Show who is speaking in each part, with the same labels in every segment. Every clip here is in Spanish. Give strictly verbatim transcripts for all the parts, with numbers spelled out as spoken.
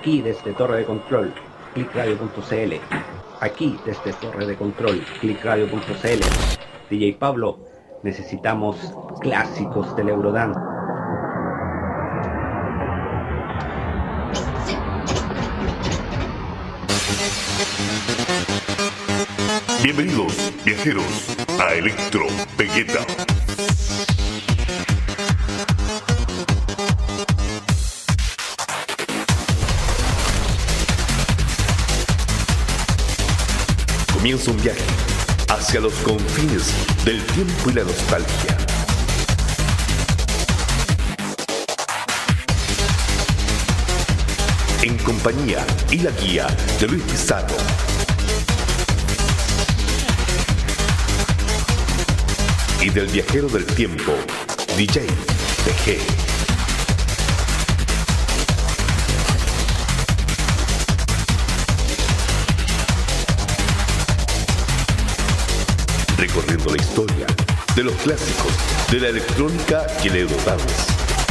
Speaker 1: Aquí desde Torre de Control, clickradio punto c l. Aquí desde Torre de Control, clickradio punto c l. D J Pablo, necesitamos clásicos del Eurodance.
Speaker 2: Bienvenidos, viajeros, a Electro Vegeta. Comienza un viaje hacia los confines del tiempo y la nostalgia. En compañía y la guía de Luis Pizarro. Y del viajero del tiempo, D J P G. Recorriendo la historia de los clásicos de la electrónica y el Eurodance.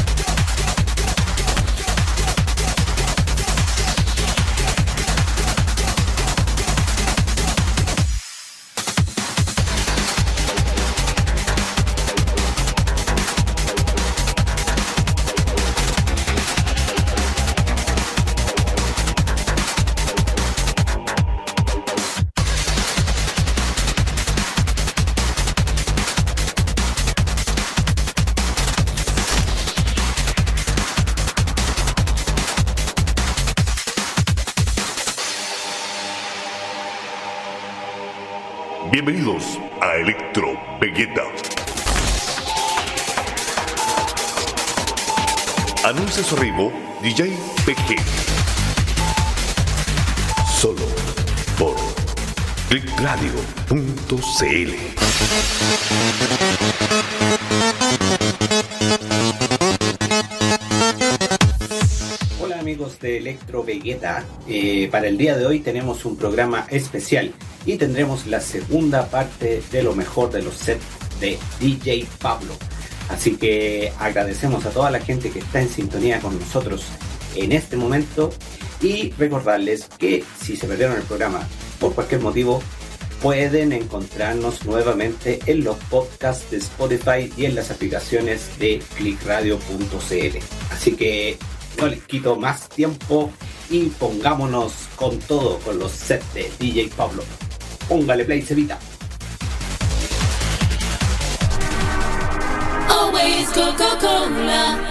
Speaker 2: Bienvenidos a Electro Vegeta. Anuncia su arribo D J P G. Solo por clickradio punto c l.
Speaker 1: Hola amigos de Electro Vegeta, eh, para el día de hoy tenemos un programa especial y tendremos la segunda parte de lo mejor de los sets de D J Pablo. Así que agradecemos a toda la gente que está en sintonía con nosotros en este momento y recordarles que si se perdieron el programa por cualquier motivo pueden encontrarnos nuevamente en los podcasts de Spotify y en las aplicaciones de clickradio punto c l. Así que no les quito más tiempo y pongámonos con todo con los sets de D J Pablo. Póngale play, Cevita.
Speaker 3: Always Coca-Cola.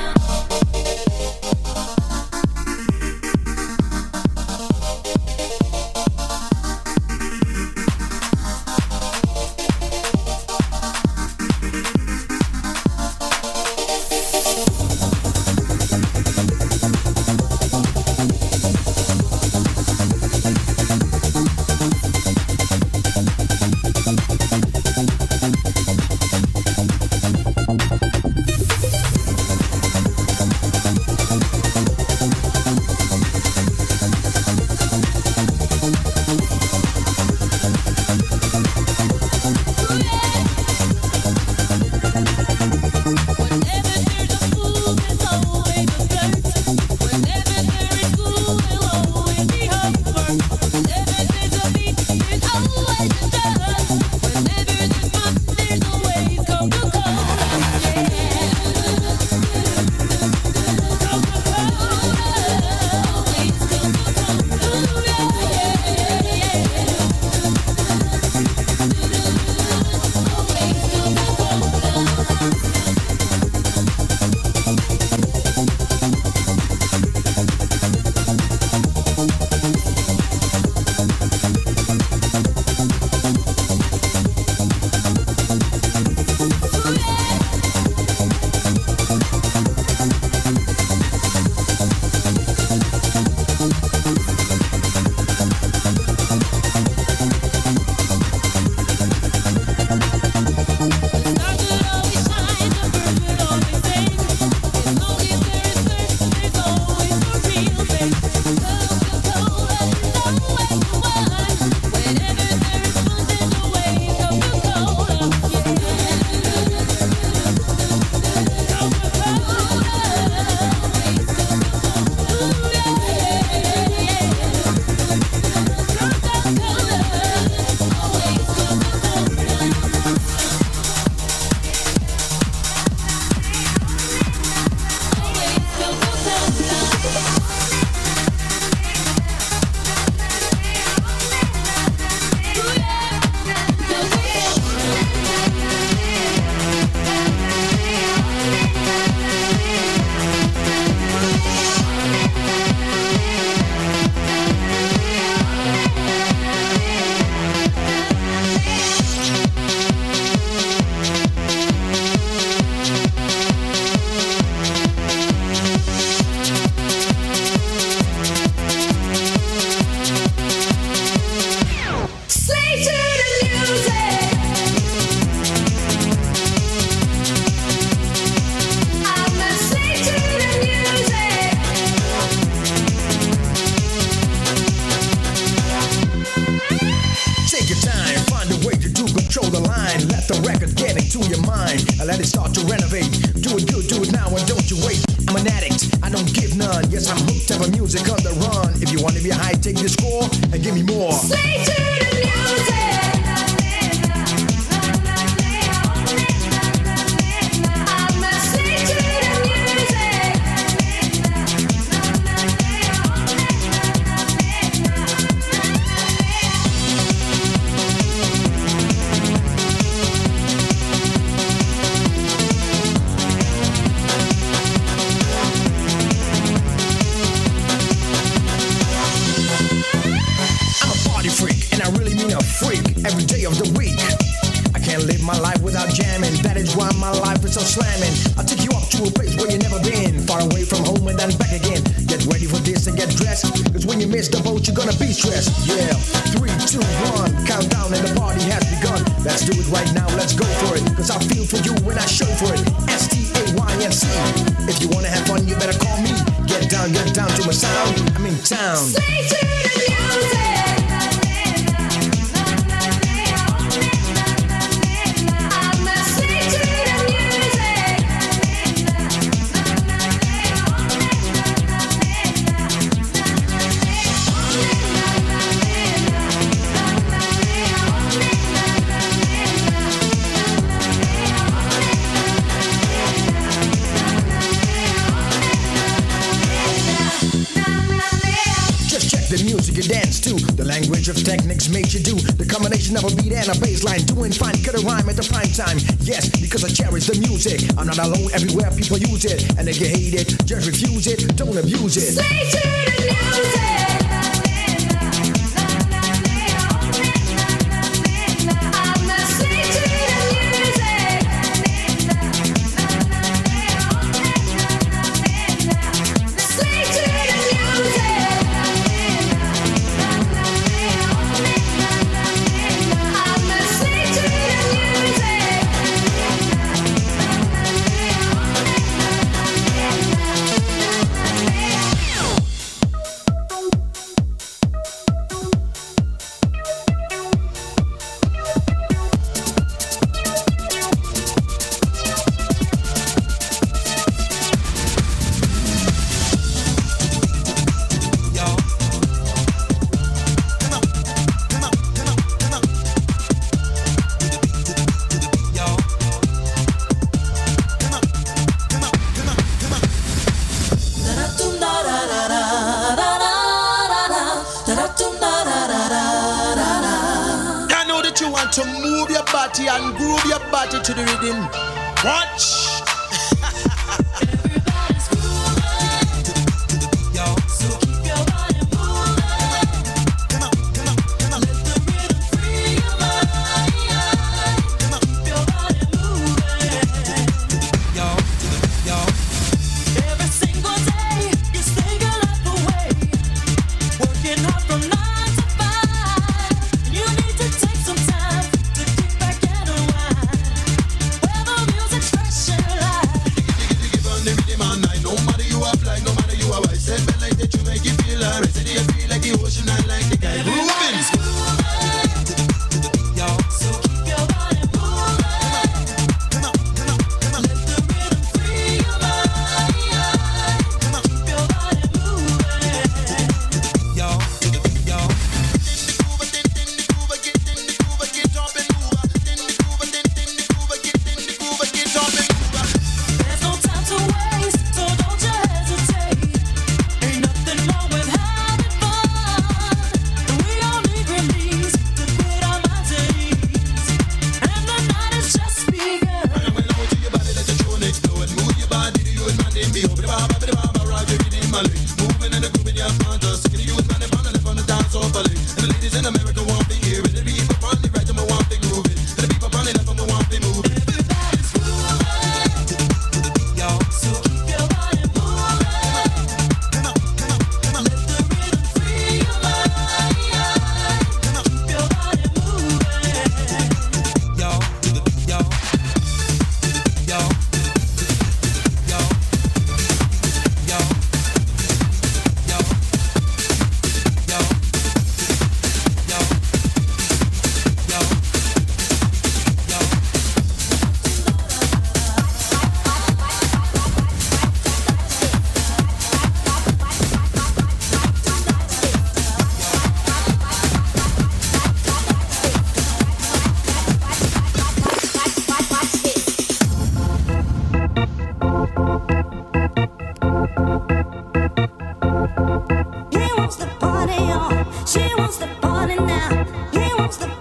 Speaker 4: Let it start to renovate. Do it good, do it now, and don't you wait. I'm an addict, I don't give none. Yes, I'm hooked, have a music on the run. If you want to be high, take the score and give me more.
Speaker 3: Slay to the music. I'm a slay to the music.
Speaker 4: Every day of the week, I can't live my life without jamming. That is why my life is so slamming. I'll take you up to a place where you've never been, far away from home and then back again. Get ready for this and get dressed, cause when you miss the boat you're gonna be stressed. Yeah, three, two, one, countdown and the party has begun. Let's do it right now, let's go for it, cause I feel for you when I show for it. S T A Y N C. If you wanna have fun you better call me. Get down, get down to my sound, I'm in town.
Speaker 3: Slay to the music.
Speaker 4: The music you dance to, the language of techniques makes you do. The combination of a beat and a bass line, doing fine, cut a rhyme at the prime time. Yes, because I cherish the music. I'm not alone, everywhere people use it. And if you hate it, just refuse it, don't abuse it.
Speaker 3: Slay to the music.
Speaker 4: To move your body and groove your body to the rhythm. Watch.
Speaker 3: Everybody's grooving. Yo, so keep your body moving.
Speaker 4: Come on, come on, come on.
Speaker 3: Let the rhythm free your mind. Come on, keep your body moving.
Speaker 4: Yo, yo.
Speaker 3: Every single day, you stay your life away. Working hard from nine to five. You need to take some time to kick back and unwind. Where the music's fresh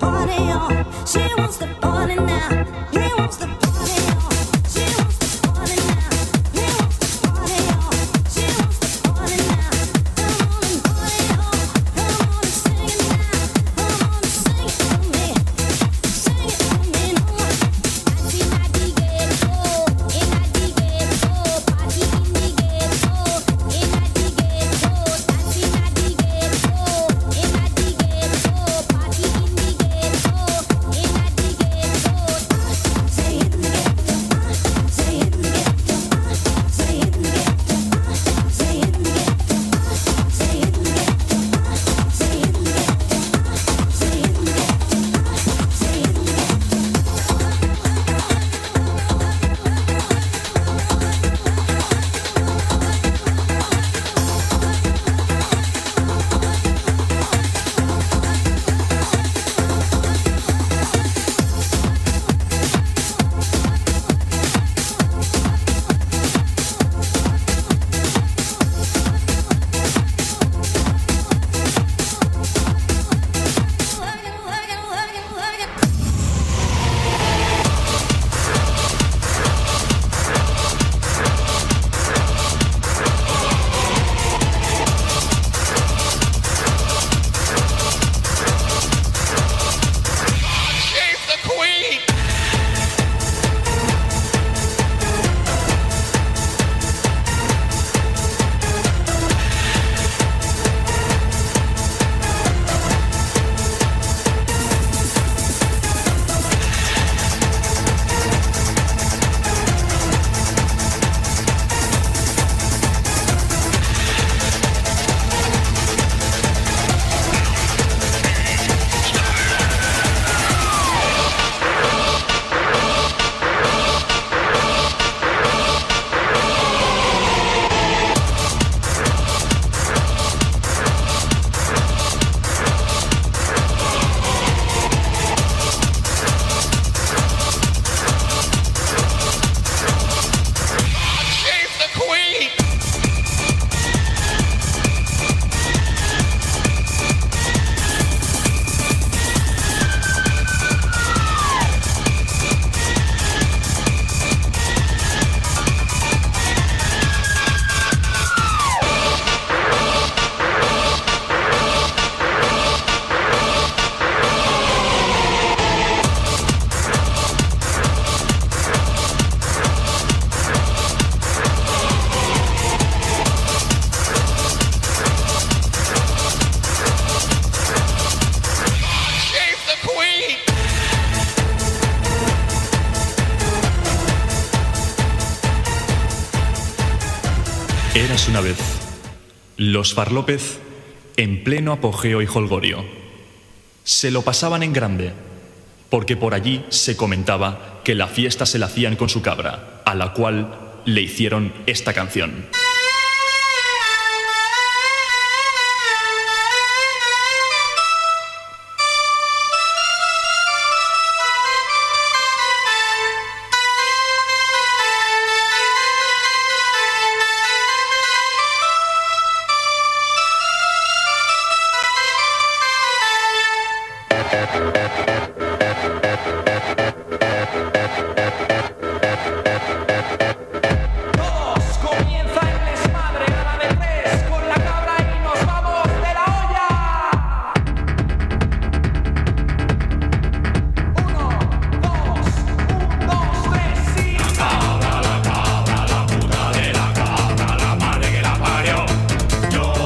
Speaker 5: Érase una vez los Farlópez en pleno apogeo y jolgorio. Se lo pasaban en grande, porque por allí se comentaba que la fiesta se la hacían con su cabra, a la cual le hicieron esta canción.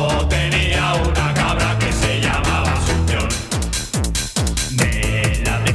Speaker 6: Me la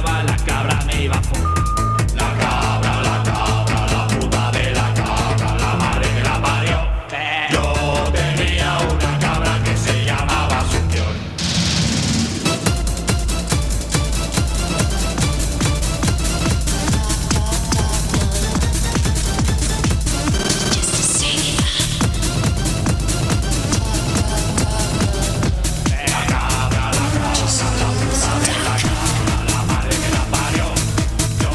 Speaker 6: llamaba la cabra me iba a follar. La cabra, la cabra, la puta de la cabra, la madre que la parió. Yo tenía una cabra que se llamaba Asunción. La cabra, la cabra, la puta de la cabra, la madre que la parió. Yo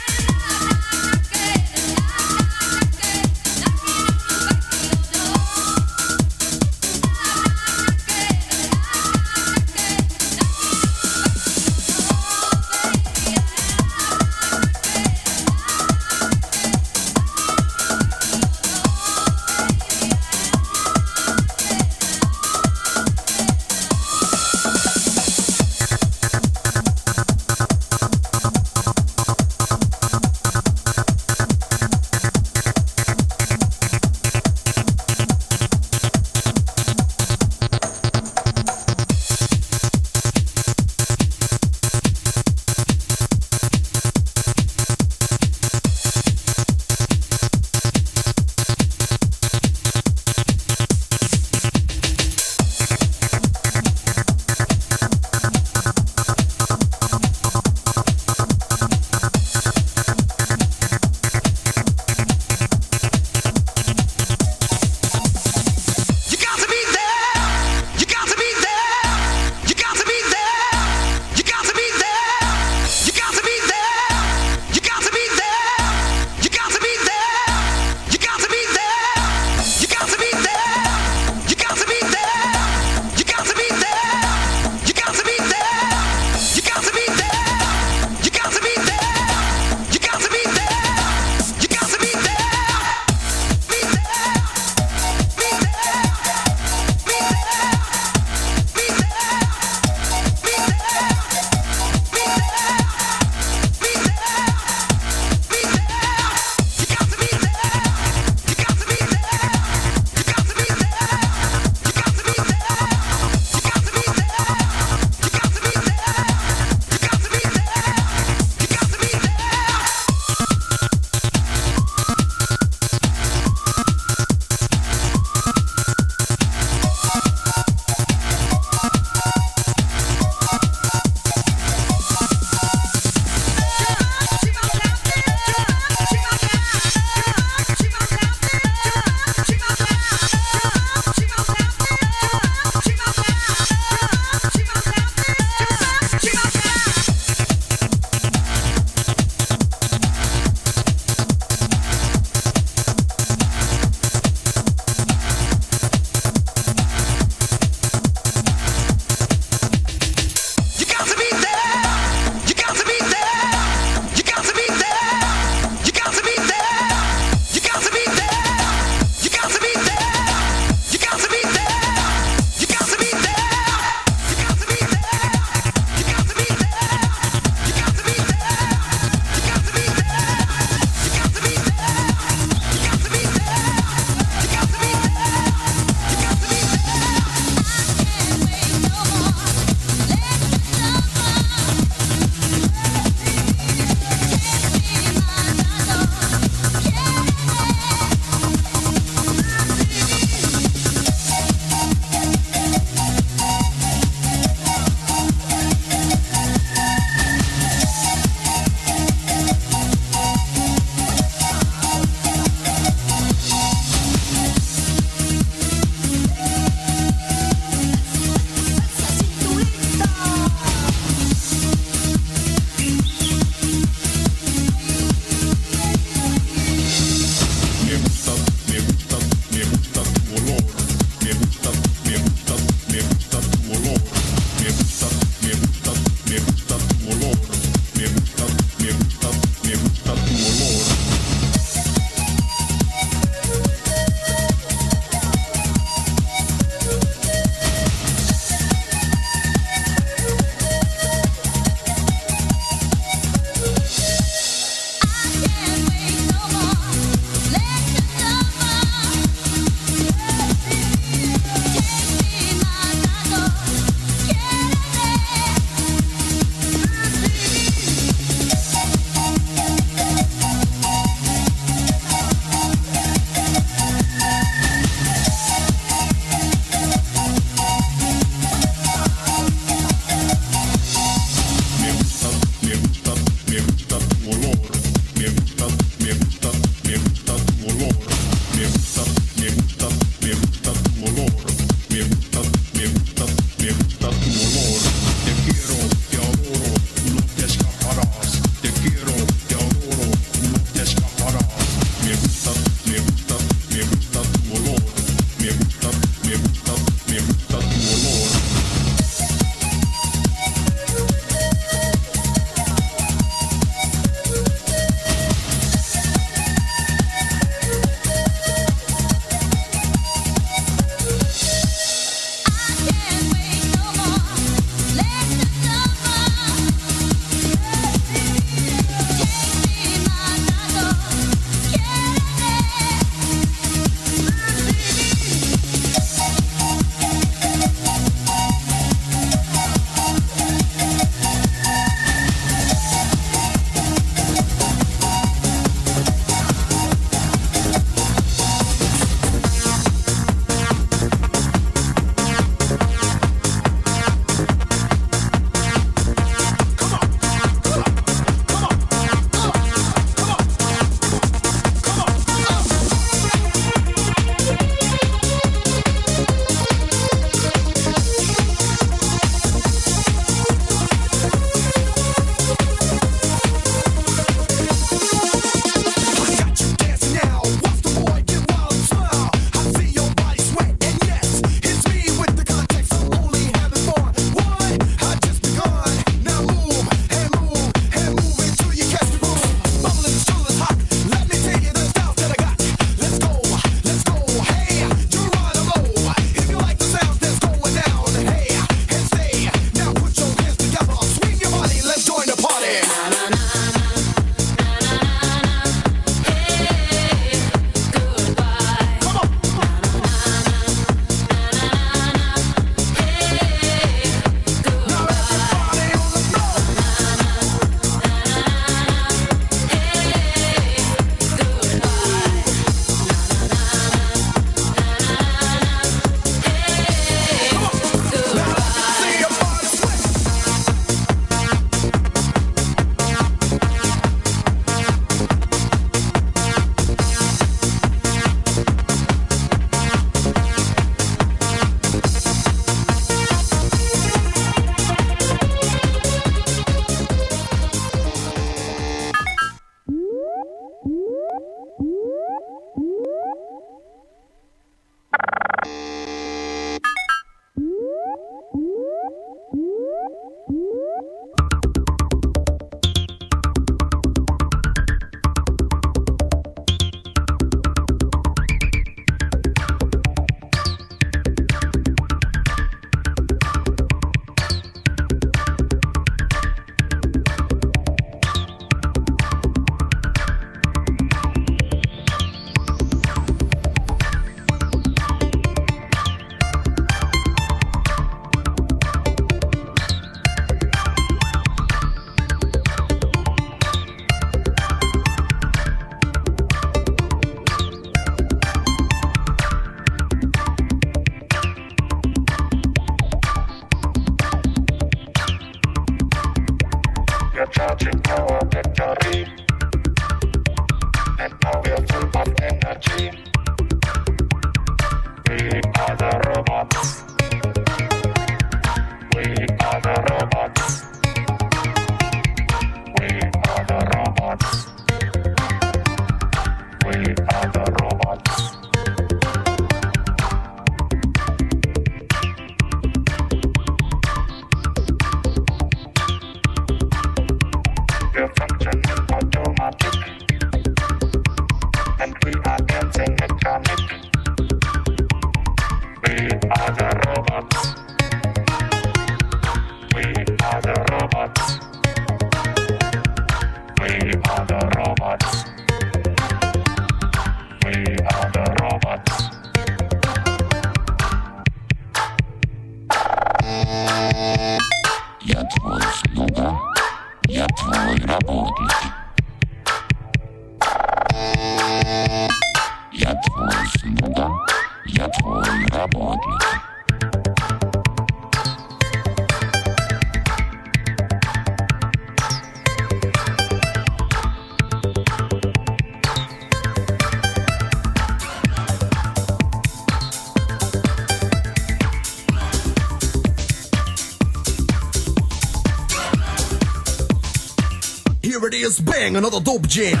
Speaker 4: is, bang, another dope jam.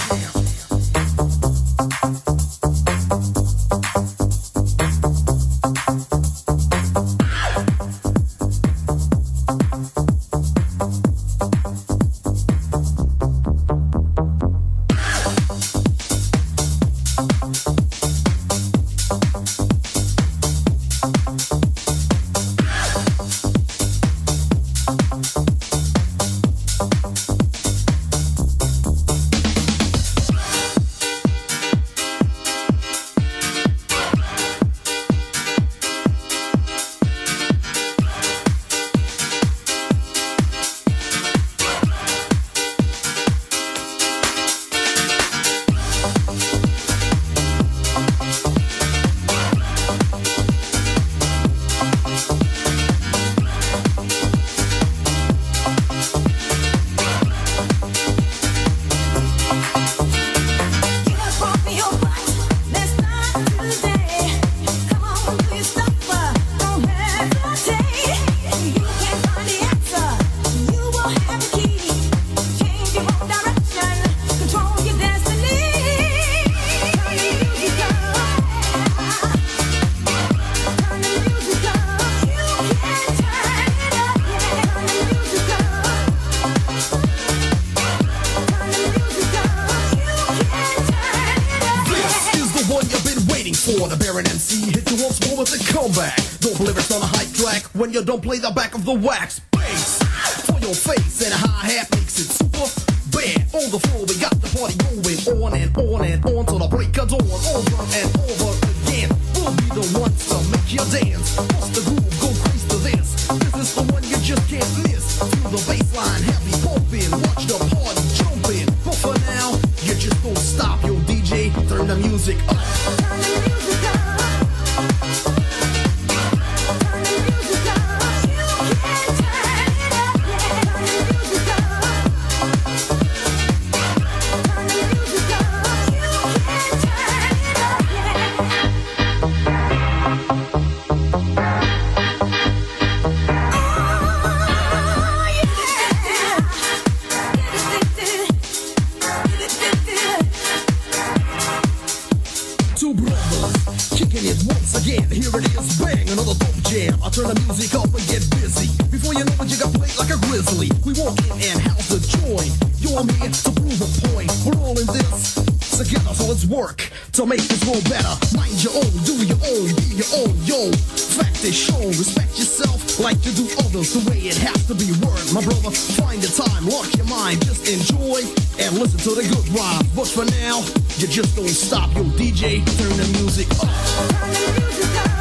Speaker 4: For the Baron M C, hit you once more with a comeback. Don't believe it's on a hype track when you don't play the back of the wax. Bass for your face and a hi-hat makes it super bad. On the floor we got the party going on and on and on till the break of dawn. Over and over again, we'll be the ones to make you dance. Bust the groove, go crazy to this. This is the one you just can't miss. Feel the bass line heavy pumping, watch the party jumping. But for now, you just don't stop, yo D J, turn the music up. Turn the music up and get busy. Before you know it, you got played like a grizzly. We walk in and house the joint. Yo, I'm here to prove a point. We're all in this together, so let's work to make this world better. Mind your own, do your own, be your own, yo. Fact is shown, respect yourself like you do others. The way it has to be word, my brother. Find the time, lock your mind, just enjoy and listen to the good rhymes. But for now, you just don't stop, yo D J. Turn the music up. Turn the music up.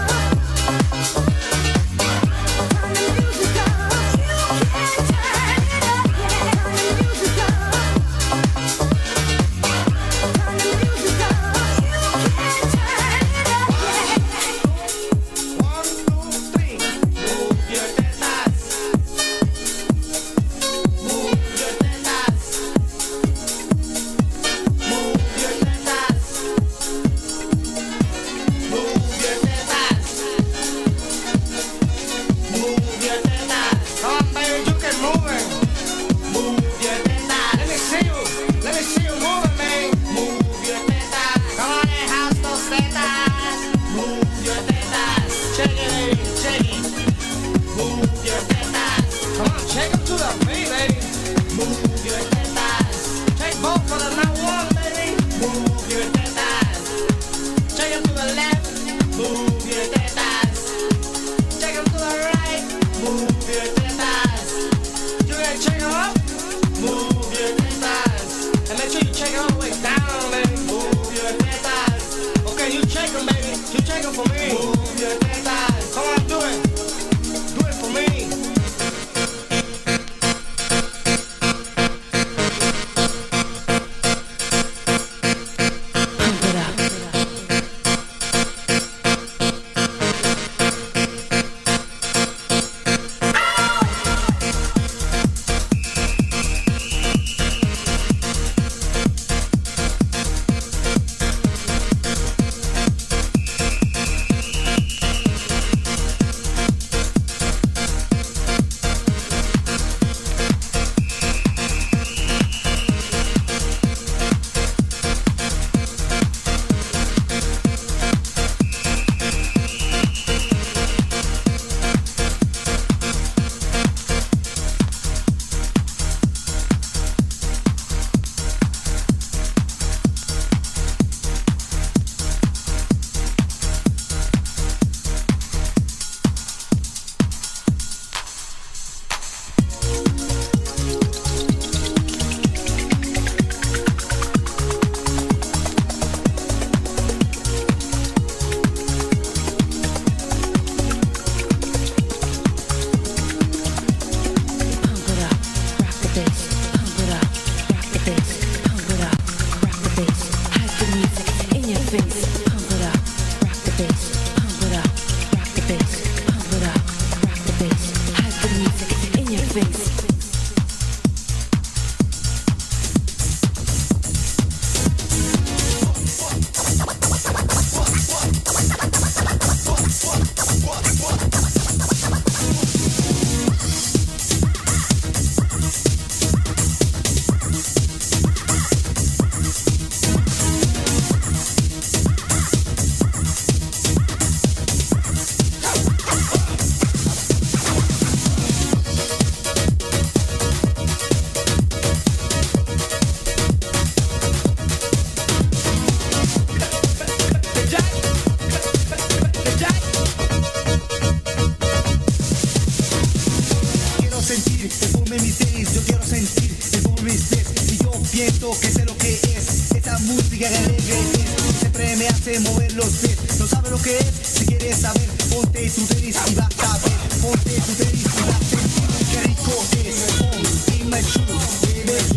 Speaker 4: sé lo que es esa música que alegre es, siempre me hace mover los pies. No sabes lo que es, si quieres saber, ponte tu tenis y vas a ver. Ponte tu tenis y vas a sentir qué rico es. Oh, in my shoes, baby.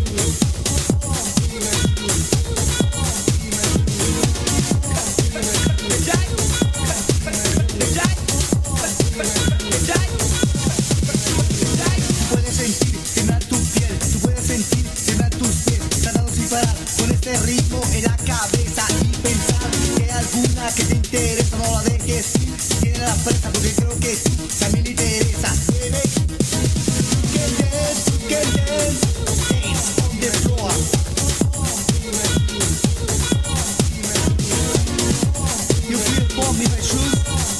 Speaker 4: Puedes sentir temblar tu piel, tú puedes sentir temblar tus pies, tratando sin parar con este ritmo en la cabeza y pensar que alguna que te interesa no la dejes ir. Tiene la presa porque creo que tú también le interesa, baby. You can dance, you can dance, dance on the floor. You feel for me, my shoes.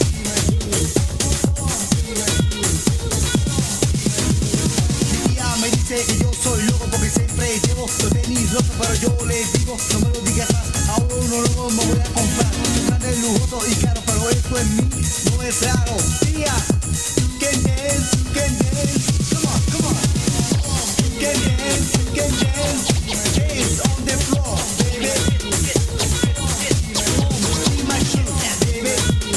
Speaker 4: Me dice que yo soy loco porque siempre llevo los tenis rojos, pero yo le digo, no me lo digas más, ahora uno nuevo me voy a comprar. Un grande lujoso y caro, pero eso en mí no es raro. Tía, you can dance, you can dance, come on, come on. You can dance, you can dance, dance on the floor, baby. Oh, in my shoes, baby.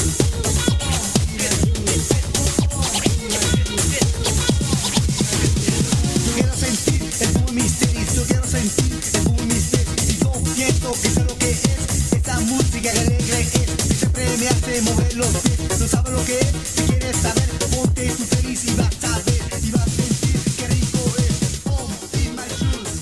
Speaker 4: Yo quiero sentir el boom en mis tenis, yo quiero sentir el boom en mis tenis. Y yo pienso que sé lo que es esta música que alegre es, que siempre me hace mover los pies. No sabes lo que es, si quieres saber, ponte tu tenis y vas a ver, y vas a sentir qué rico es. Boom in my shoes.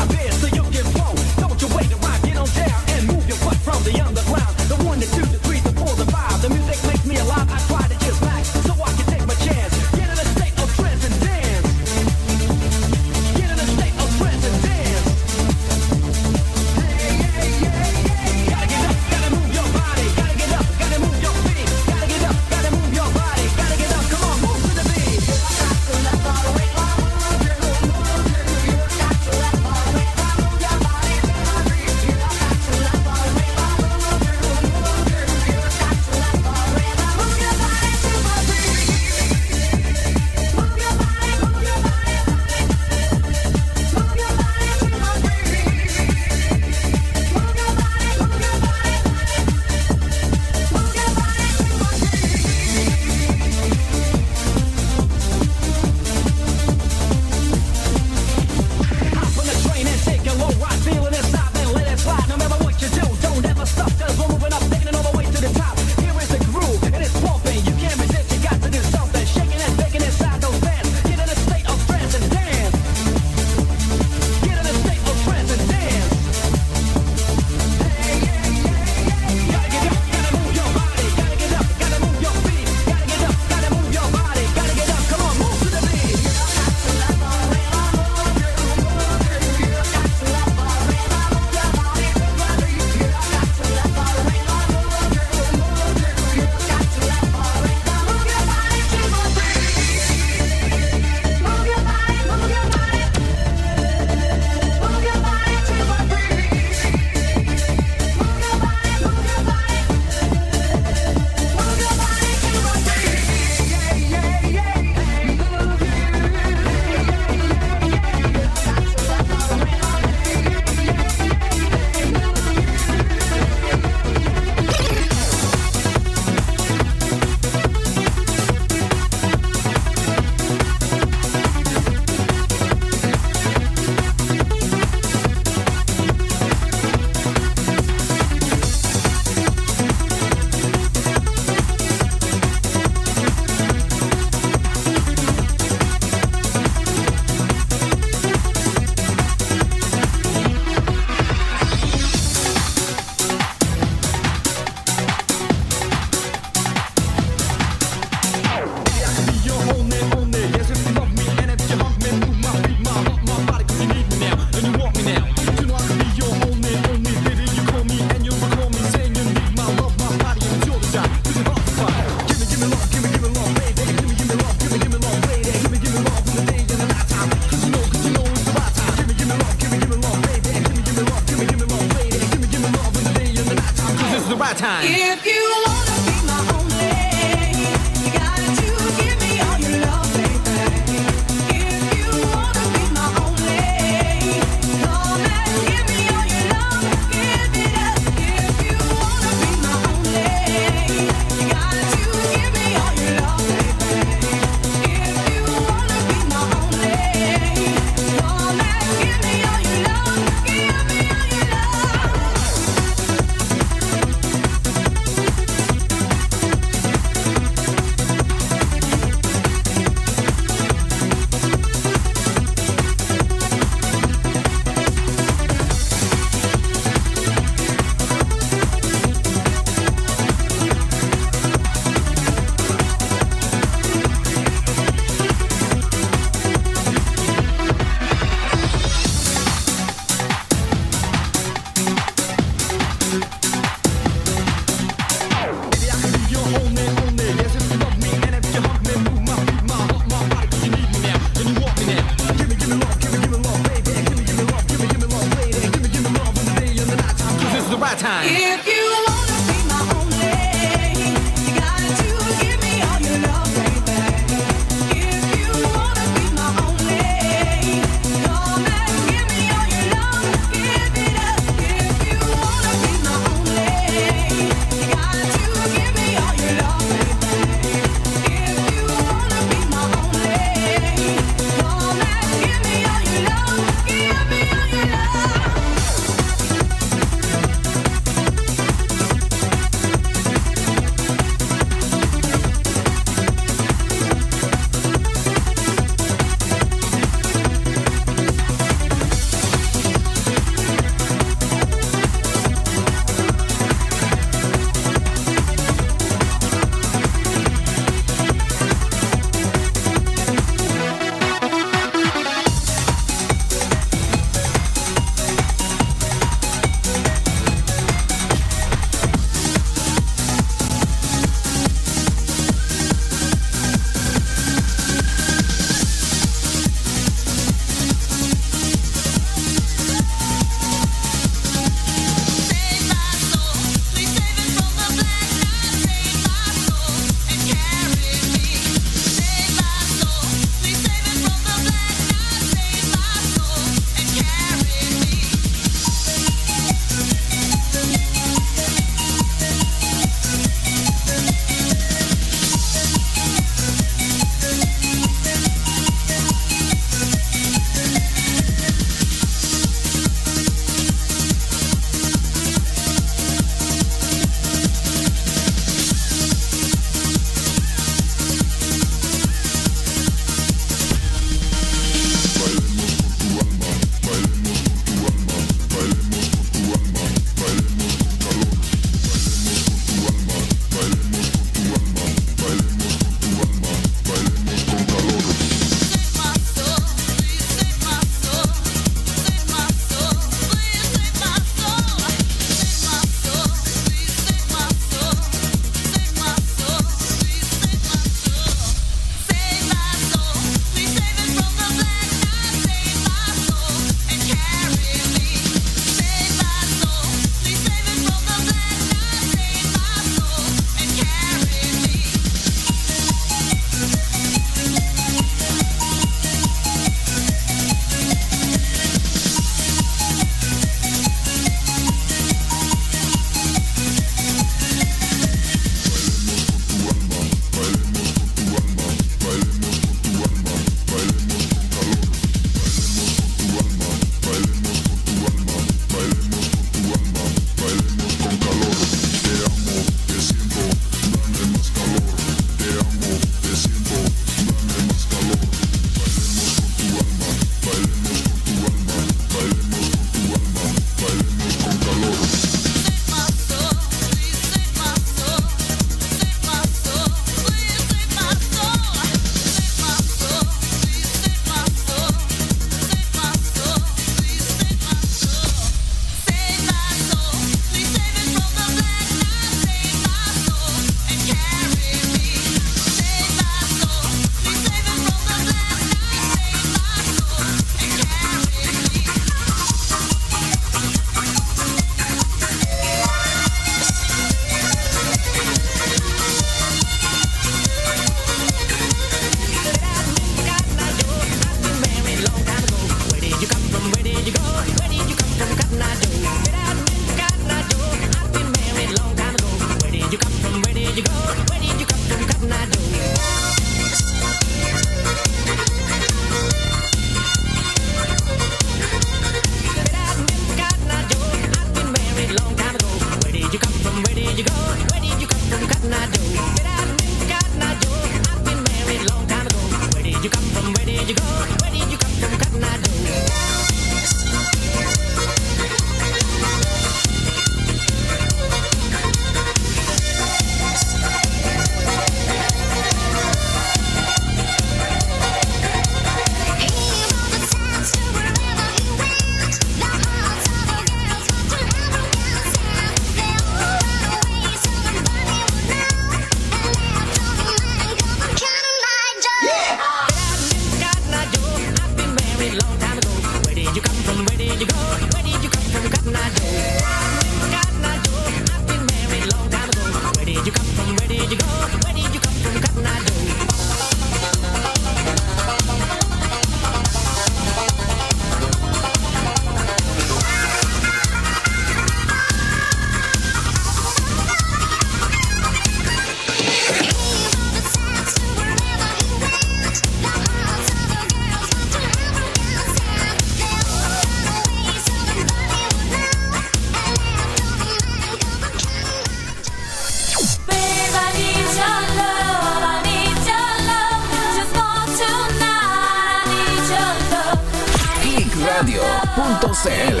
Speaker 4: punto c l.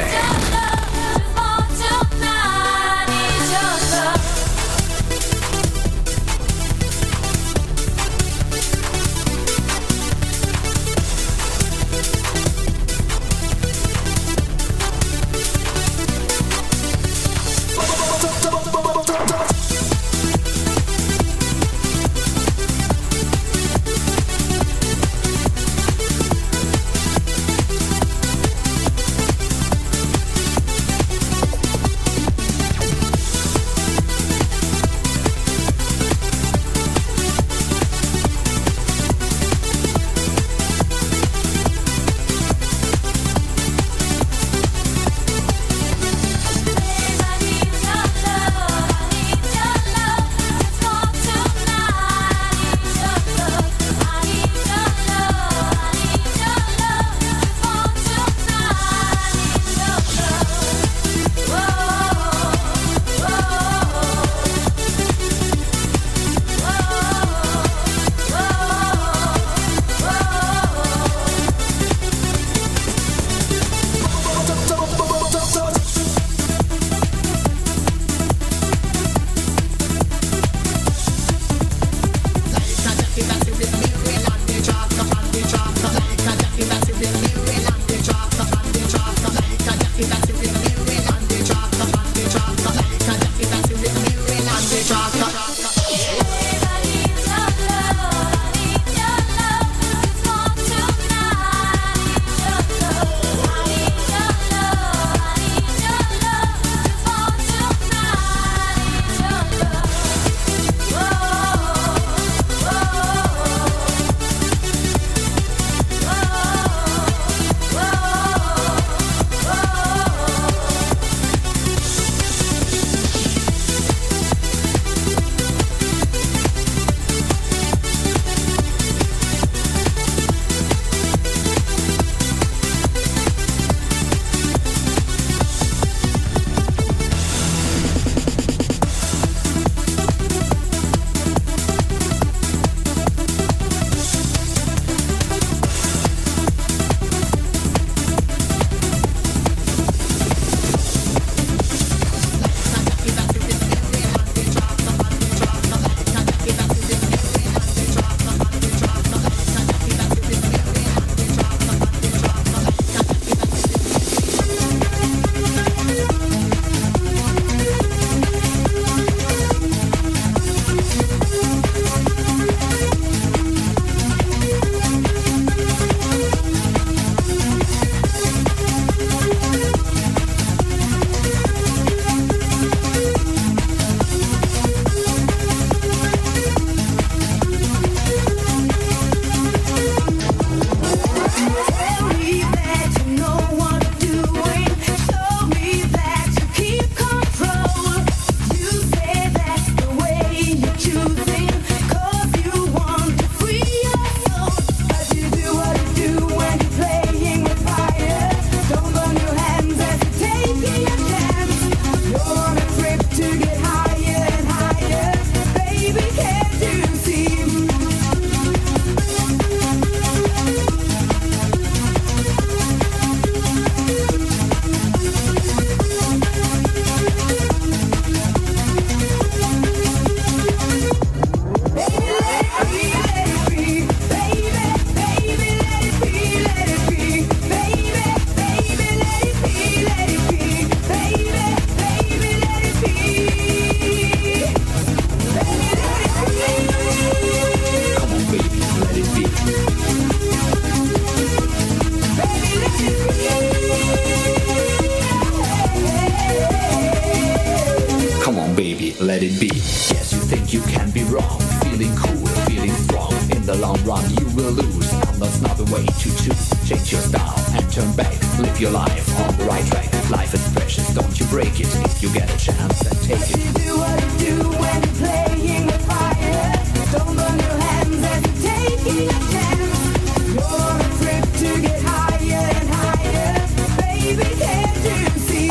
Speaker 7: let it be. Yes, you think you can be wrong, feeling cool, feeling strong. In the long run you will lose, and that's not the way to choose. Change your style and turn back, live your life on the right track. Life is precious, don't you break it. If you get a chance, then take it.
Speaker 3: You do what you do when you're playing with fire. Don't burn your hands as you're taking a chance. You're on a trip to get higher and higher. Baby, can't you see?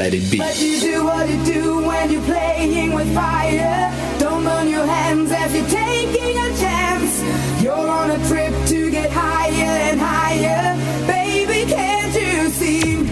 Speaker 7: let it be.
Speaker 3: But you do what you do when you're playing with fire. Don't burn your hands as you're taking a chance. You're on a trip to get higher and higher. Baby, can't you see?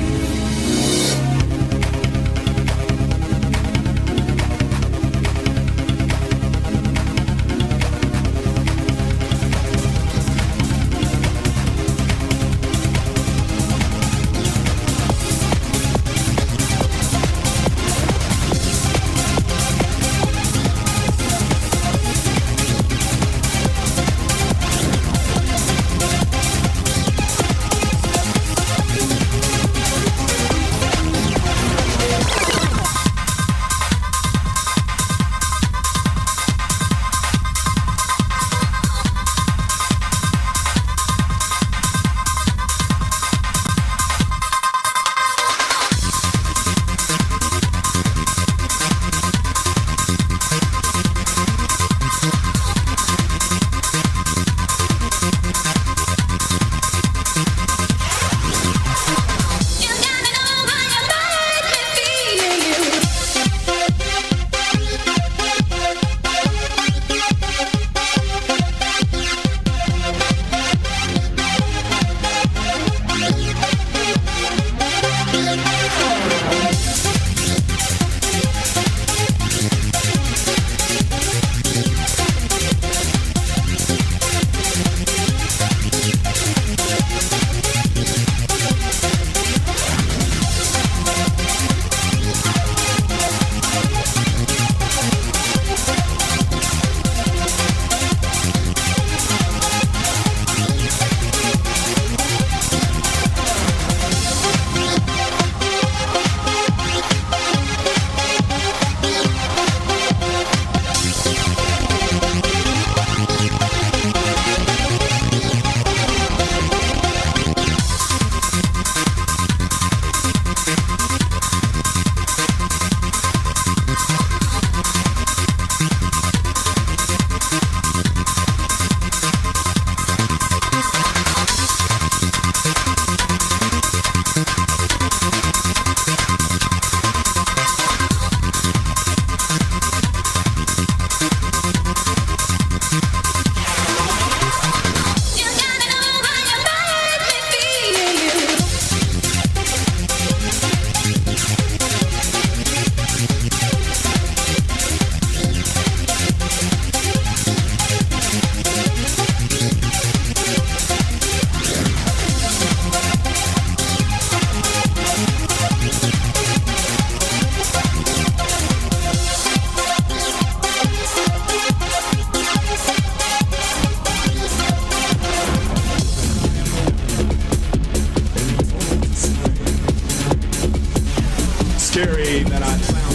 Speaker 8: Scary that I found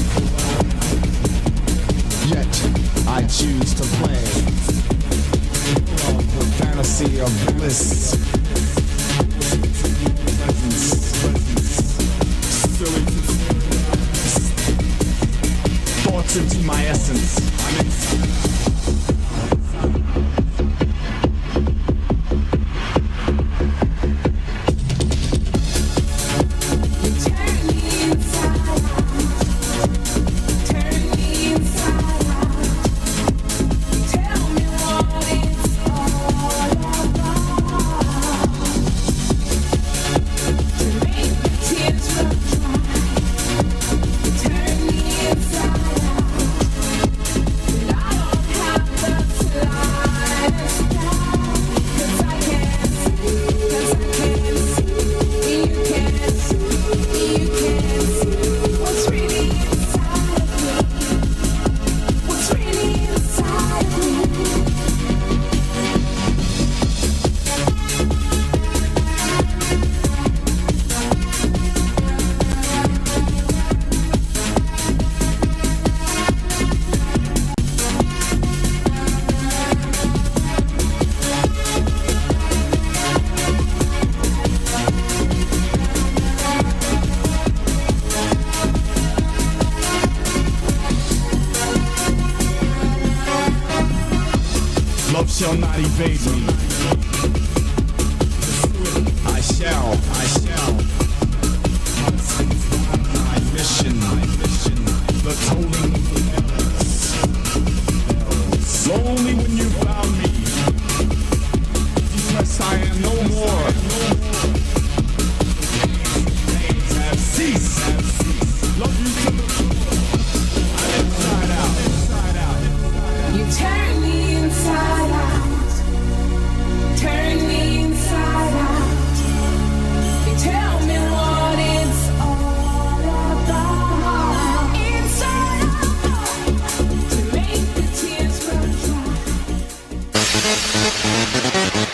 Speaker 8: yet I choose to play of the fantasy of bliss. Silly thoughts into my essence. Shall not evade me. I shall, I shall. My mission
Speaker 3: Thank